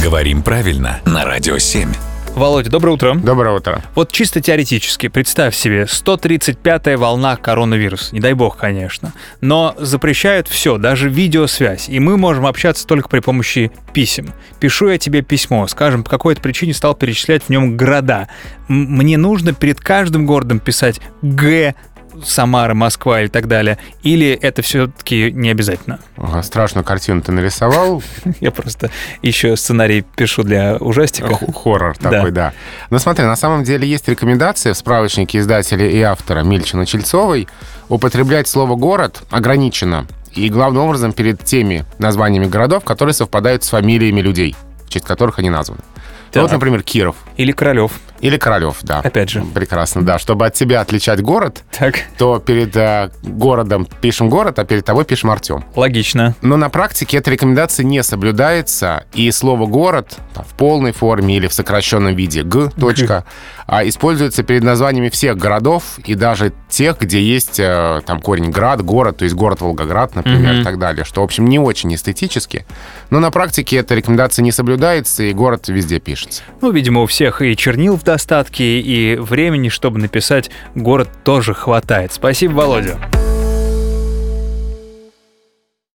Говорим правильно на Радио 7. Володя, доброе утро. Доброе утро. Вот чисто теоретически, представь себе, 135-я волна коронавируса. Не дай бог, конечно. Но запрещают все, даже видеосвязь. И мы можем общаться только при помощи писем. Пишу я тебе письмо, скажем, по какой-то причине стал перечислять в нем города. Мне нужно перед каждым городом писать «Г», Самара, Москва и так далее? Или это все-таки не обязательно? Ага, страшную картину ты нарисовал. Я просто еще сценарий пишу для ужастика. Хоррор такой, да. Но смотри, на самом деле есть рекомендация в справочнике издателя и автора Мильчина-Чельцовой употреблять слово «город» ограниченно. И главным образом перед теми названиями городов, которые совпадают с фамилиями людей, в честь которых они названы. Вот, например, Киров. Или Королёв. Или Королёв, да. Опять же. Прекрасно, да. Чтобы от тебя отличать город, то перед городом пишем город, а перед тобой пишем Артём. Логично. Но на практике эта рекомендация не соблюдается, и слово «город» в полной форме или в сокращенном виде «г», используется перед названиями всех городов и даже тех, где есть там корень «град», «город», то есть город Волгоград, например, и так далее, что, в общем, не очень эстетически. Но на практике эта рекомендация не соблюдается, и город везде пишется. Ну, видимо, у всех и чернил в достатке, и времени, чтобы написать «город», тоже хватает. Спасибо, Володя.